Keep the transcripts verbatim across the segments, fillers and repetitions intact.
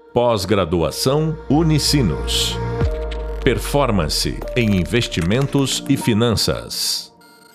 Pós-graduação Unicinos. Performance em investimentos e finanças.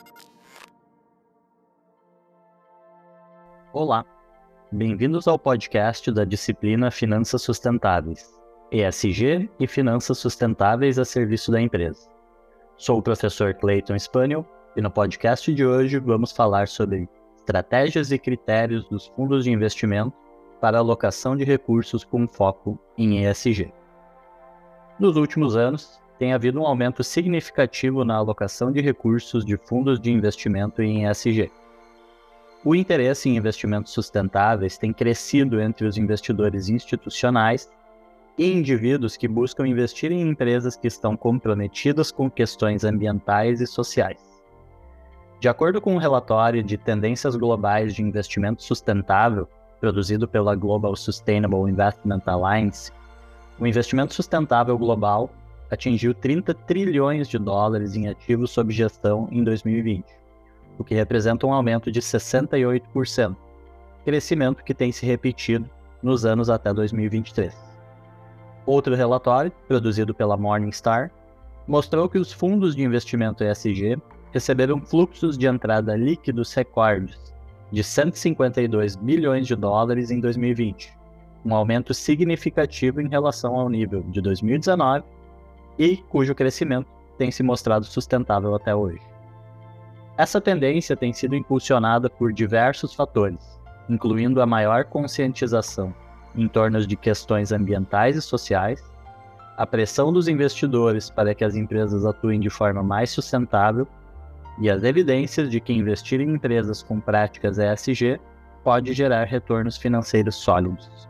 Olá, bem-vindos ao podcast da disciplina Finanças Sustentáveis, E S G e Finanças Sustentáveis a serviço da empresa. Sou o professor Clayton Spaniel e no podcast de hoje vamos falar sobre estratégias e critérios dos fundos de investimento para alocação de recursos com foco em E S G. Nos últimos anos, tem havido um aumento significativo na alocação de recursos de fundos de investimento em E S G. O interesse em investimentos sustentáveis tem crescido entre os investidores institucionais e indivíduos que buscam investir em empresas que estão comprometidas com questões ambientais e sociais. De acordo com um relatório de tendências globais de investimento sustentável, produzido pela Global Sustainable Investment Alliance, o investimento sustentável global atingiu trinta trilhões de dólares em ativos sob gestão em dois mil e vinte, o que representa um aumento de sessenta e oito por cento, crescimento que tem se repetido nos anos até dois mil e vinte e três. Outro relatório, produzido pela Morningstar, mostrou que os fundos de investimento E S G receberam fluxos de entrada líquidos recordes de cento e cinquenta e dois bilhões de dólares em dois mil e vinte, um aumento significativo em relação ao nível de dois mil e dezenove e cujo crescimento tem se mostrado sustentável até hoje. Essa tendência tem sido impulsionada por diversos fatores, incluindo a maior conscientização em torno de questões ambientais e sociais, a pressão dos investidores para que as empresas atuem de forma mais sustentável e as evidências de que investir em empresas com práticas E S G pode gerar retornos financeiros sólidos.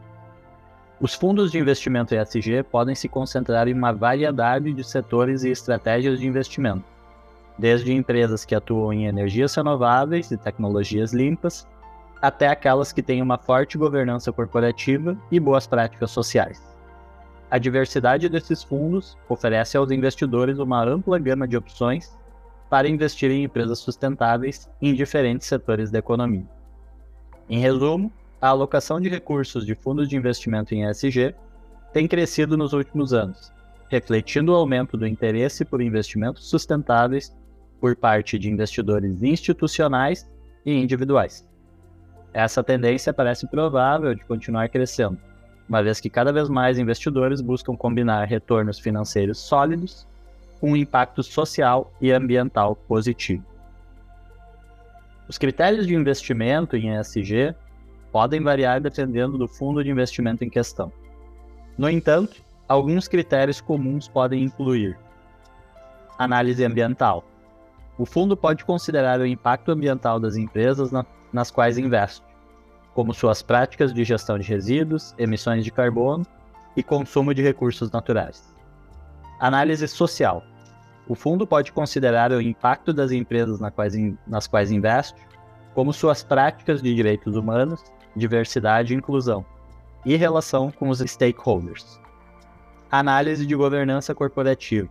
Os fundos de investimento E S G podem se concentrar em uma variedade de setores e estratégias de investimento, desde empresas que atuam em energias renováveis e tecnologias limpas, até aquelas que têm uma forte governança corporativa e boas práticas sociais. A diversidade desses fundos oferece aos investidores uma ampla gama de opções para investir em empresas sustentáveis em diferentes setores da economia. Em resumo, a alocação de recursos de fundos de investimento em E S G tem crescido nos últimos anos, refletindo o aumento do interesse por investimentos sustentáveis por parte de investidores institucionais e individuais. Essa tendência parece provável de continuar crescendo, uma vez que cada vez mais investidores buscam combinar retornos financeiros sólidos com um impacto social e ambiental positivo. Os critérios de investimento em E S G podem variar dependendo do fundo de investimento em questão. No entanto, alguns critérios comuns podem incluir: análise ambiental. O fundo pode considerar o impacto ambiental das empresas na, nas quais investe, como suas práticas de gestão de resíduos, emissões de carbono e consumo de recursos naturais. Análise social. O fundo pode considerar o impacto das empresas nas quais, nas quais investe, como suas práticas de direitos humanos, diversidade e inclusão, e relação com os stakeholders. Análise de governança corporativa.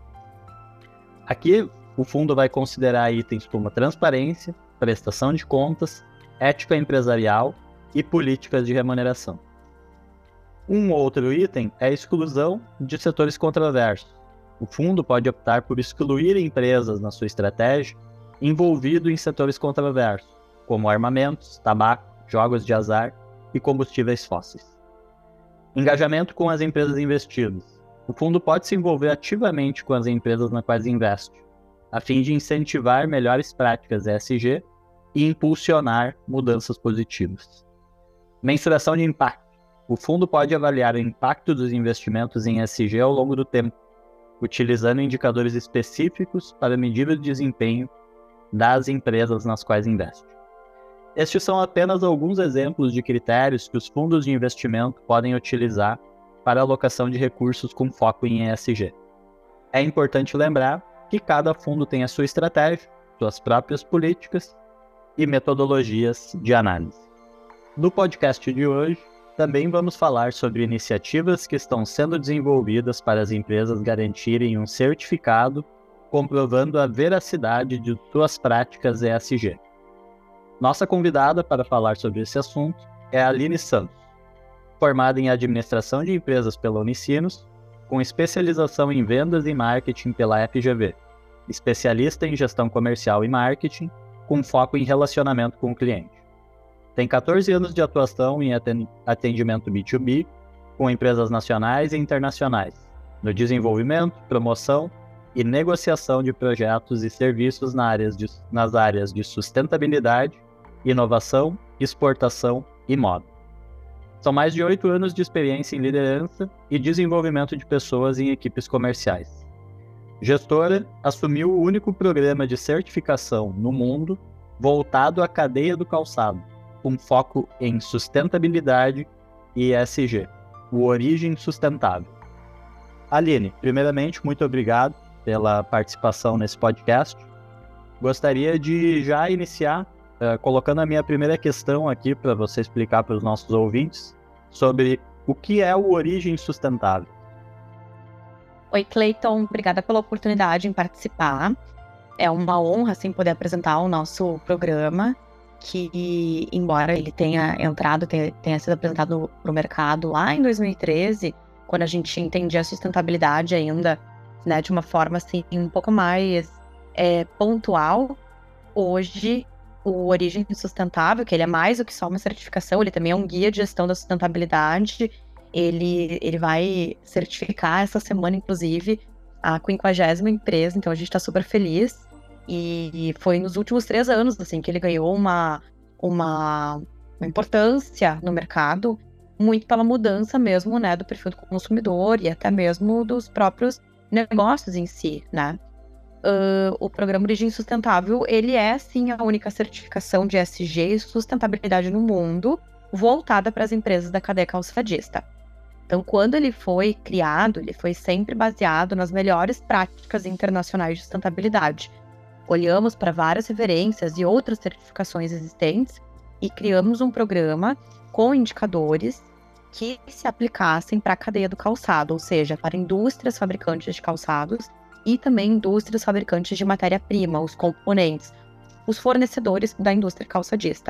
Aqui, o fundo vai considerar itens como transparência, prestação de contas, ética empresarial e políticas de remuneração. Um outro item é a exclusão de setores controversos. O fundo pode optar por excluir empresas na sua estratégia envolvidas em setores controversos, como armamentos, tabaco, jogos de azar e combustíveis fósseis. Engajamento com as empresas investidas. O fundo pode se envolver ativamente com as empresas nas quais investe, a fim de incentivar melhores práticas E S G e impulsionar mudanças positivas. Mensuração de impacto. O fundo pode avaliar o impacto dos investimentos em E S G ao longo do tempo, utilizando indicadores específicos para medir o desempenho das empresas nas quais investe. Estes são apenas alguns exemplos de critérios que os fundos de investimento podem utilizar para a alocação de recursos com foco em E S G. É importante lembrar que cada fundo tem a sua estratégia, suas próprias políticas e metodologias de análise. No podcast de hoje, também vamos falar sobre iniciativas que estão sendo desenvolvidas para as empresas garantirem um certificado comprovando a veracidade de suas práticas E S G. Nossa convidada para falar sobre esse assunto é a Aline Santos. formado em administração de empresas pela Unicinos, com especialização em vendas e marketing pela F G V, especialista em gestão comercial e marketing, com foco em relacionamento com o cliente. Tem quatorze anos de atuação em atendimento B dois B, com empresas nacionais e internacionais, no desenvolvimento, promoção e negociação de projetos e serviços nas áreas de, nas áreas de sustentabilidade, inovação, exportação e moda. São mais de oito anos de experiência em liderança e desenvolvimento de pessoas em equipes comerciais. Gestora, assumiu o único programa de certificação no mundo voltado à cadeia do calçado, com foco em sustentabilidade e E S G, o Origem Sustentável. Aline, primeiramente, muito obrigado pela participação nesse podcast. Gostaria de já iniciar uh, colocando a minha primeira questão aqui para você explicar para os nossos ouvintes sobre o que é o Origem Sustentável. Oi, Cleiton, obrigada pela oportunidade em participar. É uma honra, assim, poder apresentar o nosso programa, que, embora ele tenha entrado, tenha, tenha sido apresentado para o mercado lá em dois mil e treze, quando a gente entendia a sustentabilidade ainda, né, de uma forma, assim, um pouco mais é, pontual, hoje o Origem Sustentável, que ele é mais do que só uma certificação, ele também é um guia de gestão da sustentabilidade. Ele, ele vai certificar essa semana, inclusive, a quinquagésima empresa, então a gente está super feliz. E foi nos últimos três anos, assim, que ele ganhou uma, uma, uma importância no mercado, muito pela mudança mesmo, né, do perfil do consumidor e até mesmo dos próprios negócios em si, né. Uh, o Programa Origem Sustentável, ele é, sim, a única certificação de E S G e sustentabilidade no mundo voltada para as empresas da cadeia calçadista. Então, quando ele foi criado, ele foi sempre baseado nas melhores práticas internacionais de sustentabilidade. Olhamos para várias referências e outras certificações existentes e criamos um programa com indicadores que se aplicassem para a cadeia do calçado, ou seja, para indústrias fabricantes de calçados e também indústrias fabricantes de matéria-prima, os componentes, os fornecedores da indústria calçadista.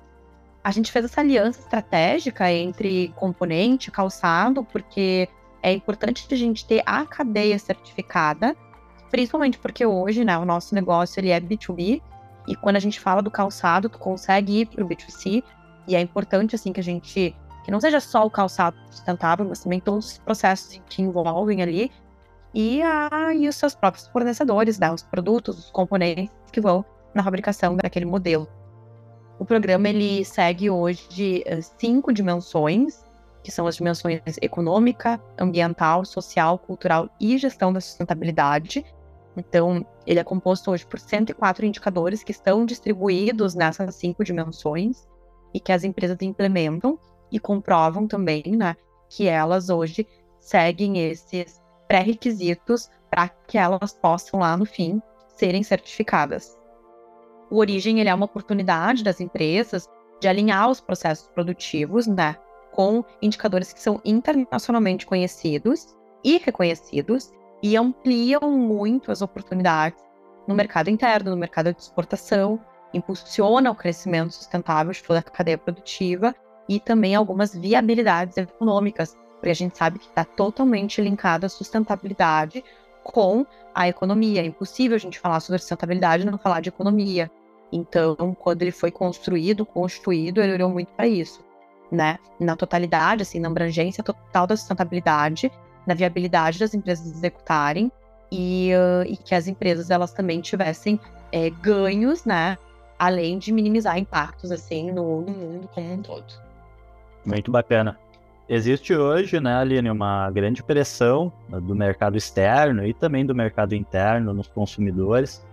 A gente fez essa aliança estratégica entre componente e calçado, porque é importante a gente ter a cadeia certificada, principalmente porque hoje, né, o nosso negócio ele é B dois B, e quando a gente fala do calçado, tu consegue ir para o B dois C, e é importante, assim, que a gente, que não seja só o calçado sustentável, mas também todos os processos que envolvem ali, e, a, e os seus próprios fornecedores, né, os produtos, os componentes que vão na fabricação daquele modelo. O programa, ele segue hoje cinco dimensões, que são as dimensões econômica, ambiental, social, cultural e gestão da sustentabilidade. Então, ele é composto hoje por cento e quatro indicadores que estão distribuídos nessas cinco dimensões e que as empresas implementam e comprovam também, né, que elas hoje seguem esses pré-requisitos para que elas possam, lá no fim, serem certificadas. O Origem, ele é uma oportunidade das empresas de alinhar os processos produtivos, né, com indicadores que são internacionalmente conhecidos e reconhecidos e ampliam muito as oportunidades no mercado interno, no mercado de exportação, impulsiona o crescimento sustentável de toda a cadeia produtiva e também algumas viabilidades econômicas, porque a gente sabe que está totalmente linkada a sustentabilidade com a economia. É impossível a gente falar sobre sustentabilidade e não falar de economia. Então, quando ele foi construído, constituído, ele olhou muito para isso, né? Na totalidade, assim, na abrangência total da sustentabilidade, na viabilidade das empresas executarem e, uh, e que as empresas, elas também tivessem é, ganhos, né? Além de minimizar impactos, assim, no, no mundo como um todo. Muito bacana. Existe hoje, né, Aline, uma grande pressão do mercado externo e também do mercado interno nos consumidores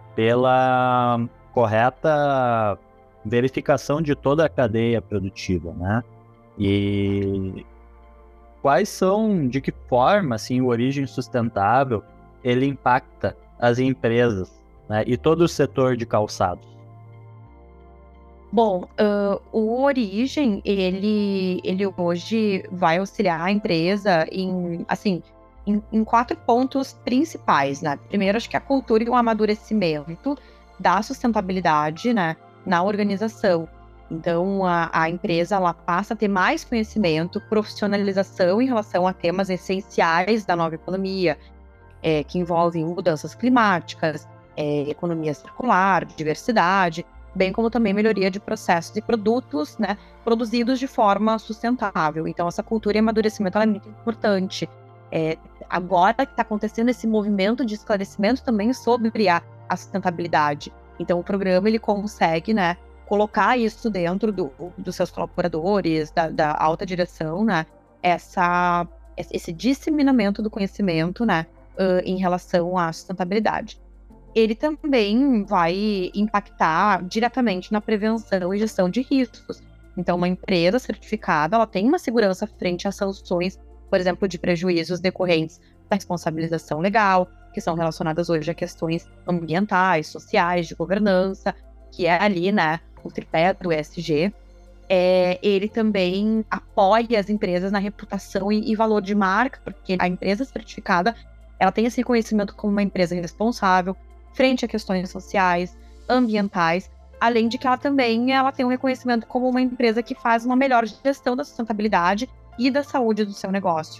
pela correta verificação de toda a cadeia produtiva, né? E quais são, de que forma, assim, o Origem Sustentável, ele impacta as empresas, né, e todo o setor de calçados? Bom, uh, o Origem, ele, ele hoje vai auxiliar a empresa em, assim, em, em quatro pontos principais, né? Primeiro, acho que a cultura e o amadurecimento da sustentabilidade, né, na organização. Então, a, a empresa ela passa a ter mais conhecimento, profissionalização em relação a temas essenciais da nova economia, é, que envolvem mudanças climáticas, é, economia circular, diversidade, bem como também melhoria de processos e produtos, né, produzidos de forma sustentável. Então, essa cultura e amadurecimento ela é muito importante. É, agora que está acontecendo esse movimento de esclarecimento também sobre a, a sustentabilidade. Então, o programa ele consegue, né, colocar isso dentro do, dos seus colaboradores, da, da alta direção, né, essa, esse disseminamento do conhecimento, né, uh, em relação à sustentabilidade. Ele também vai impactar diretamente na prevenção e gestão de riscos. Então, uma empresa certificada, ela tem uma segurança frente às sanções, por exemplo, de prejuízos decorrentes da responsabilização legal, que são relacionadas hoje a questões ambientais, sociais, de governança, que é ali, né, o tripé do E S G. É, ele também apoia as empresas na reputação e, e valor de marca, porque a empresa certificada, ela tem esse reconhecimento como uma empresa responsável, frente a questões sociais, ambientais, além de que ela também ela tem um reconhecimento como uma empresa que faz uma melhor gestão da sustentabilidade e da saúde do seu negócio.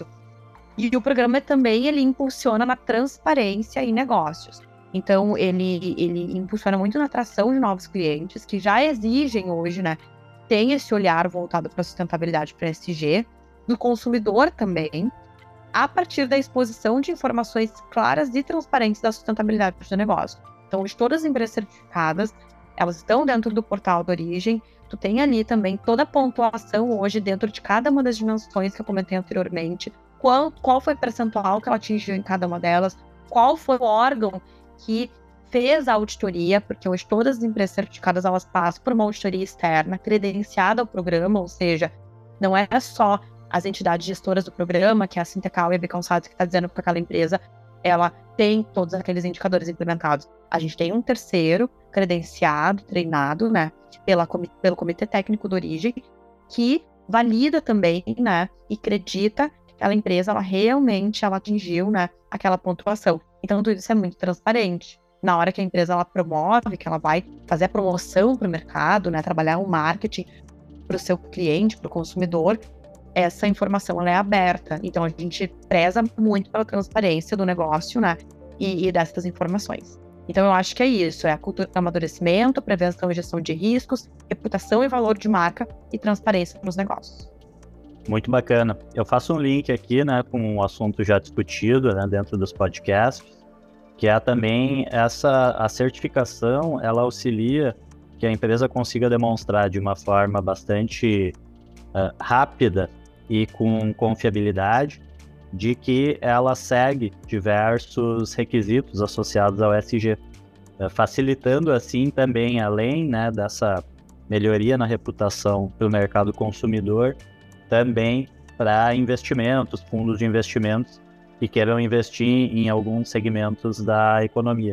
E o programa também ele impulsiona na transparência em negócios. Então, ele, ele impulsiona muito na atração de novos clientes, que já exigem hoje, né, tem esse olhar voltado para a sustentabilidade, para E S G, do consumidor também, a partir da exposição de informações claras e transparentes da sustentabilidade do negócio. Então, de todas as empresas certificadas, elas estão dentro do portal da origem. Tu tem ali também toda a pontuação hoje dentro de cada uma das dimensões que eu comentei anteriormente, qual, qual foi o percentual que ela atingiu em cada uma delas, qual foi o órgão que fez a auditoria, porque hoje todas as empresas certificadas elas passam por uma auditoria externa, credenciada ao programa, ou seja, não é só as entidades gestoras do programa, que é a Sintecal e a Becalçados, que está dizendo que aquela empresa ela tem todos aqueles indicadores implementados. A gente tem um terceiro credenciado, treinado, né, pela, pelo Comitê Técnico de Origem, que valida também, né, e acredita que aquela empresa, ela realmente ela atingiu, né, aquela pontuação. Então, tudo isso é muito transparente. Na hora que a empresa ela promove, que ela vai fazer a promoção para o mercado, né, trabalhar o marketing para o seu cliente, para o consumidor, essa informação ela é aberta. Então, a gente preza muito pela transparência do negócio, né, e, e dessas informações. Então, eu acho que é isso, é a cultura do amadurecimento, prevenção e gestão de riscos, reputação e valor de marca e transparência nos negócios. Muito bacana. Eu faço um link aqui, né, com um assunto já discutido, né, dentro dos podcasts, que é também essa, a certificação, ela auxilia que a empresa consiga demonstrar de uma forma bastante uh, rápida e com confiabilidade de que ela segue diversos requisitos associados ao E S G, uh, facilitando assim também, além, né, dessa melhoria na reputação para o mercado consumidor, também para investimentos, fundos de investimentos que queiram investir em alguns segmentos da economia.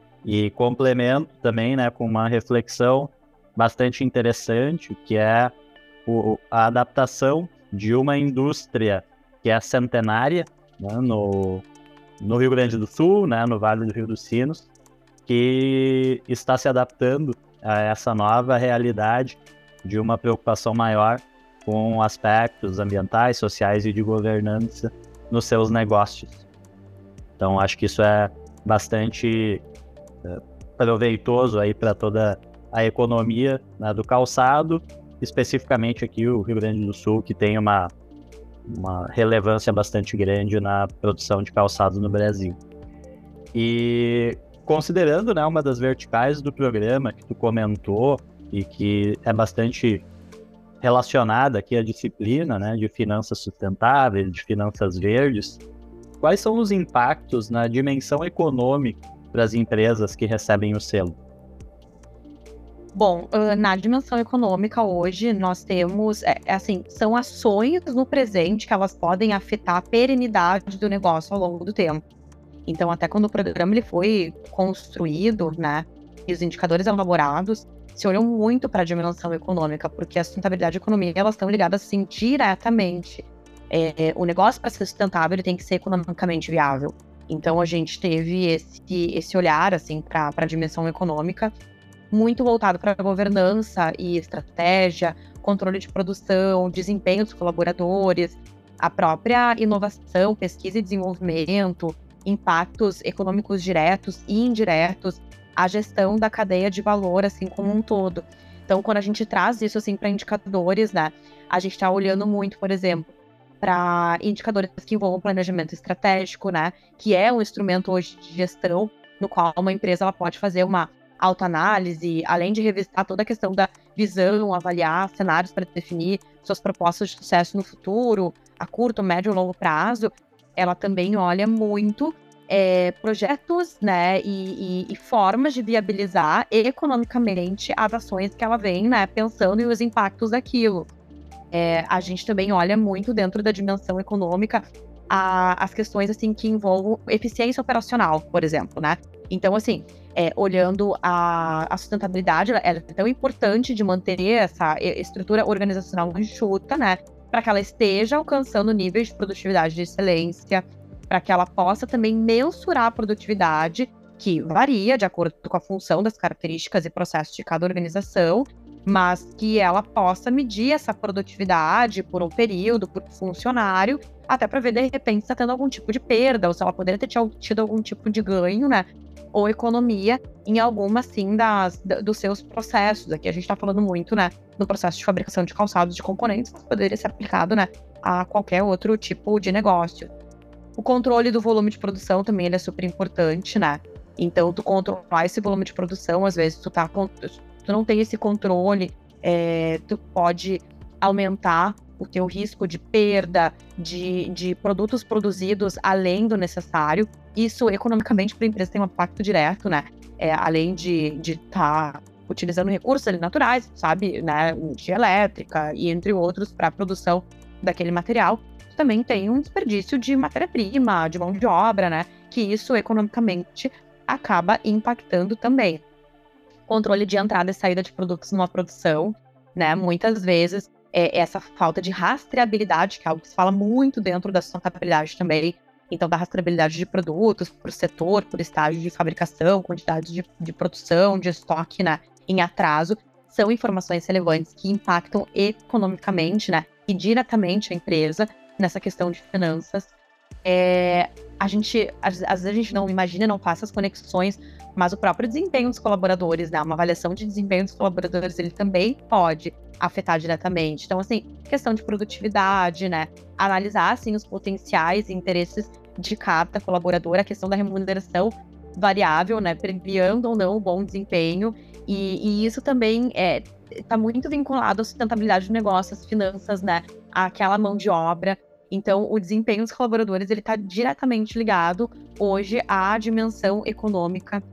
E complemento também, né, com uma reflexão bastante interessante, que é o, a adaptação de uma indústria que é centenária, né, no, no Rio Grande do Sul, né, no Vale do Rio dos Sinos, que está se adaptando a essa nova realidade de uma preocupação maior com aspectos ambientais, sociais e de governança nos seus negócios. Então, acho que isso é bastante é, proveitoso aí para toda a economia, né, do calçado, especificamente aqui o Rio Grande do Sul, que tem uma, uma relevância bastante grande na produção de calçados no Brasil. E considerando, né, uma das verticais do programa que tu comentou e que é bastante relacionada aqui à disciplina, né, de finanças sustentáveis, de finanças verdes, quais são os impactos na dimensão econômica para as empresas que recebem o selo? Bom, na dimensão econômica hoje nós temos, é, assim, são ações no presente que elas podem afetar a perenidade do negócio ao longo do tempo. Então, até quando o programa ele foi construído, né, e os indicadores elaborados, se olham muito para a dimensão econômica, porque a sustentabilidade e a economia, elas estão ligadas, assim, diretamente. É, o negócio, para ser sustentável, ele tem que ser economicamente viável. Então, a gente teve esse, esse olhar, assim, para a dimensão econômica, muito voltado para a governança e estratégia, controle de produção, desempenho dos colaboradores, a própria inovação, pesquisa e desenvolvimento, impactos econômicos diretos e indiretos, a gestão da cadeia de valor, assim, como um todo. Então, quando a gente traz isso, assim, para indicadores, né, a gente está olhando muito, por exemplo, para indicadores que envolvam planejamento estratégico, né, que é um instrumento hoje de gestão, no qual uma empresa ela pode fazer uma autoanálise, além de revistar toda a questão da visão, avaliar cenários para definir suas propostas de sucesso no futuro, a curto, médio e longo prazo, ela também olha muito é, projetos, né, e, e, e formas de viabilizar economicamente as ações que ela vem, né, pensando e os impactos daquilo. É, a gente também olha muito dentro da dimensão econômica a, as questões assim que envolvam eficiência operacional, por exemplo, né? Então, assim, é, olhando a, a sustentabilidade, ela é tão importante de manter essa estrutura organizacional enxuta, né? Para que ela esteja alcançando níveis de produtividade de excelência, para que ela possa também mensurar a produtividade, que varia de acordo com a função das características e processos de cada organização, mas que ela possa medir essa produtividade por um período, por funcionário, até para ver, de repente, se está tendo algum tipo de perda, ou se ela poderia ter tido algum tipo de ganho, né, ou economia em alguma, assim, das, dos seus processos. Aqui a gente está falando muito, né, no processo de fabricação de calçados, de componentes, mas poderia ser aplicado, né, a qualquer outro tipo de negócio. O controle do volume de produção também ele é super importante, né, então tu controlar esse volume de produção, às vezes tu tá... tu não tem esse controle, é, tu pode aumentar o teu risco de perda de, de produtos produzidos além do necessário. Isso, economicamente, para a empresa tem um impacto direto, né? É, além de estar tá utilizando recursos ali naturais, sabe? Né? Energia elétrica e entre outros para a produção daquele material. Também tem um desperdício de matéria-prima, de mão de obra, né? Que isso, economicamente, acaba impactando também. Controle de entrada e saída de produtos numa produção, né? Muitas vezes, é, essa falta de rastreabilidade, que é algo que se fala muito dentro da sustentabilidade também, então da rastreabilidade de produtos por setor, por estágio de fabricação, quantidade de, de produção, de estoque, né, em atraso, são informações relevantes que impactam economicamente, né, e diretamente a empresa nessa questão de finanças. É, a gente, às, às vezes a gente não imagina, não faz as conexões, mas o próprio desempenho dos colaboradores, né, uma avaliação de desempenho dos colaboradores, ele também pode afetar diretamente. Então, assim, questão de produtividade, né, analisar, assim, os potenciais e interesses de cada colaborador, a questão da remuneração variável, né, premiando ou não o bom desempenho, e, e isso também é, tá muito vinculado à sustentabilidade do negócio, às finanças, né, àquela mão de obra. Então, o desempenho dos colaboradores, ele está diretamente ligado, hoje, à dimensão econômica.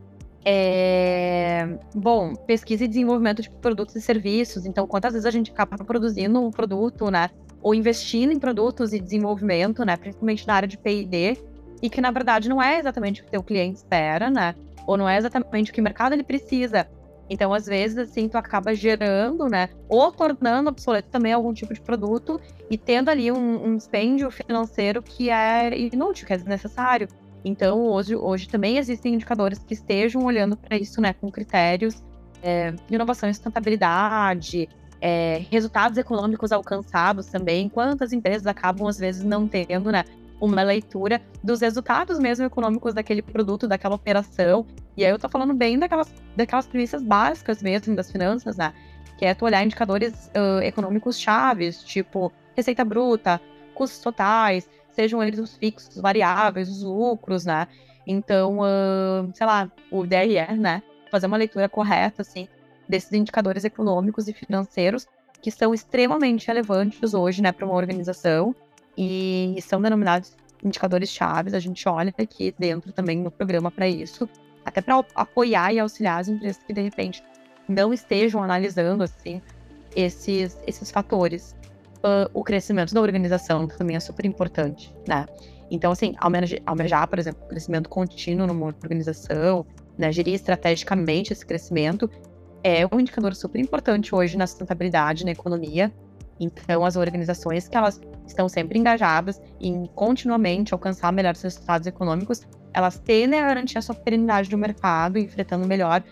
É... Bom, pesquisa e desenvolvimento de produtos e serviços. Então, quantas vezes a gente acaba produzindo um produto, né? Ou investindo em produtos e desenvolvimento, né? Principalmente na área de P e D, e que, na verdade, não é exatamente o que o teu cliente espera, né? Ou não é exatamente o que o mercado ele precisa. Então, às vezes, assim, tu acaba gerando, né, ou tornando obsoleto também algum tipo de produto e tendo ali um, um dispêndio financeiro que é inútil, que é desnecessário. Então, hoje, hoje também existem indicadores que estejam olhando para isso, né, com critérios é, de inovação e sustentabilidade, é, resultados econômicos alcançados também, quantas empresas acabam, às vezes, não tendo, né, uma leitura dos resultados mesmo econômicos daquele produto, daquela operação. E aí eu tô falando bem daquelas, daquelas premissas básicas mesmo das finanças, né? Que é tu olhar indicadores uh, econômicos chaves, tipo receita bruta, custos totais, sejam eles os fixos, os variáveis, os lucros, né? Então, uh, sei lá, o D R E, né? Fazer uma leitura correta, assim, desses indicadores econômicos e financeiros que são extremamente relevantes hoje, né, para uma organização. E são denominados indicadores chaves. A gente olha aqui dentro também no programa para isso, até para apoiar e auxiliar as empresas que, de repente, não estejam analisando, assim, esses, esses fatores. Uh, o crescimento da organização também é super importante, né? Então, assim, almejar, almejar, por exemplo, crescimento contínuo numa organização, né, gerir estrategicamente esse crescimento, é um indicador super importante hoje na sustentabilidade, na economia. Então, as organizações que elas estão sempre engajadas em continuamente alcançar melhores resultados econômicos, elas tendem a garantir a sua perenidade no mercado, enfrentando melhor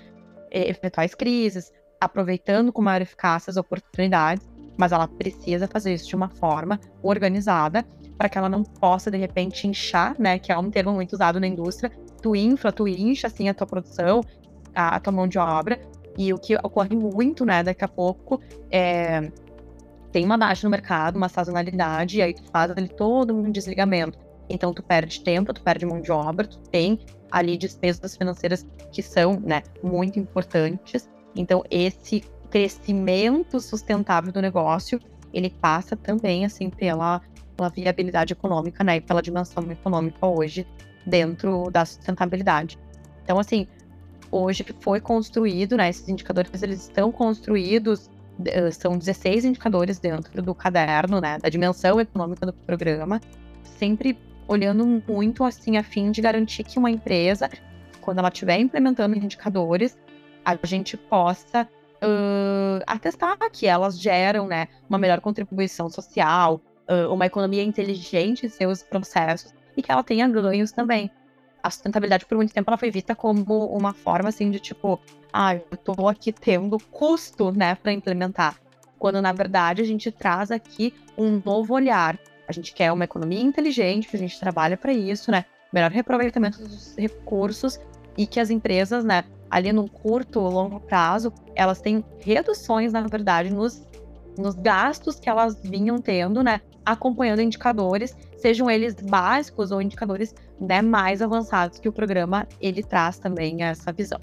eventuais crises, aproveitando com maior eficácia as oportunidades, mas ela precisa fazer isso de uma forma organizada para que ela não possa, de repente, inchar, né, que é um termo muito usado na indústria, tu infla, tu incha, assim, a tua produção, a, a tua mão de obra, e o que ocorre muito, né, daqui a pouco, é, tem uma baixa no mercado, uma sazonalidade, e aí tu faz ali todo um desligamento. Então, tu perde tempo, tu perde mão de obra, tu tem ali despesas financeiras que são, né, muito importantes. Então, esse crescimento sustentável do negócio, ele passa também, assim, pela, pela viabilidade econômica, né, e pela dimensão econômica hoje dentro da sustentabilidade. Então, assim, hoje foi construído, né, esses indicadores, eles estão construídos, são dezesseis indicadores dentro do caderno, né, da dimensão econômica do programa, sempre olhando muito, assim, a fim de garantir que uma empresa, quando ela estiver implementando indicadores, a gente possa uh, atestar que elas geram, né, uma melhor contribuição social, uh, uma economia inteligente em seus processos e que ela tenha ganhos também. A sustentabilidade, por muito tempo, ela foi vista como uma forma, assim, de tipo, ah, eu tô aqui tendo custo, né, para implementar. Quando, na verdade, a gente traz aqui um novo olhar. A gente quer uma economia inteligente, a gente trabalha para isso, né, melhor reaproveitamento dos recursos e que as empresas, né, ali no curto ou longo prazo, elas têm reduções, na verdade, nos, nos gastos que elas vinham tendo, né, acompanhando indicadores, sejam eles básicos ou indicadores, né, mais avançados, que o programa, ele traz também essa visão.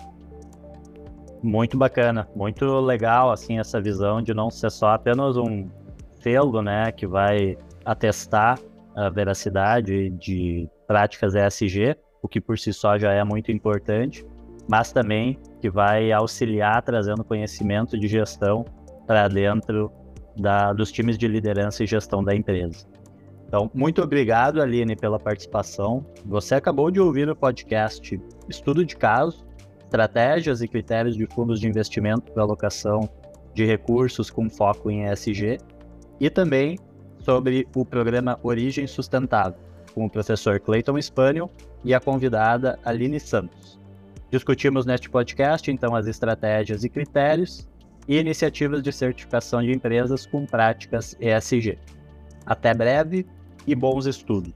Muito bacana, muito legal, assim, essa visão de não ser só apenas um selo, né, que vai atestar a veracidade de práticas E S G, o que por si só já é muito importante, mas também que vai auxiliar trazendo conhecimento de gestão para dentro da, dos times de liderança e gestão da empresa. Então, muito obrigado, Aline, pela participação. Você acabou de ouvir o podcast Estudo de Caso, Estratégias e Critérios de Fundos de Investimento para Alocação de Recursos com Foco em E S G, e também sobre o programa Origem Sustentável, com o professor Clayton Spaniel e a convidada Aline Santos. Discutimos neste podcast, então, as estratégias e critérios e iniciativas de certificação de empresas com práticas E S G. Até breve e bons estudos.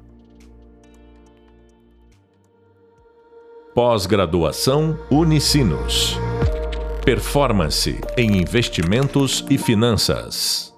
Pós-graduação Unicinos. Performance em investimentos e finanças.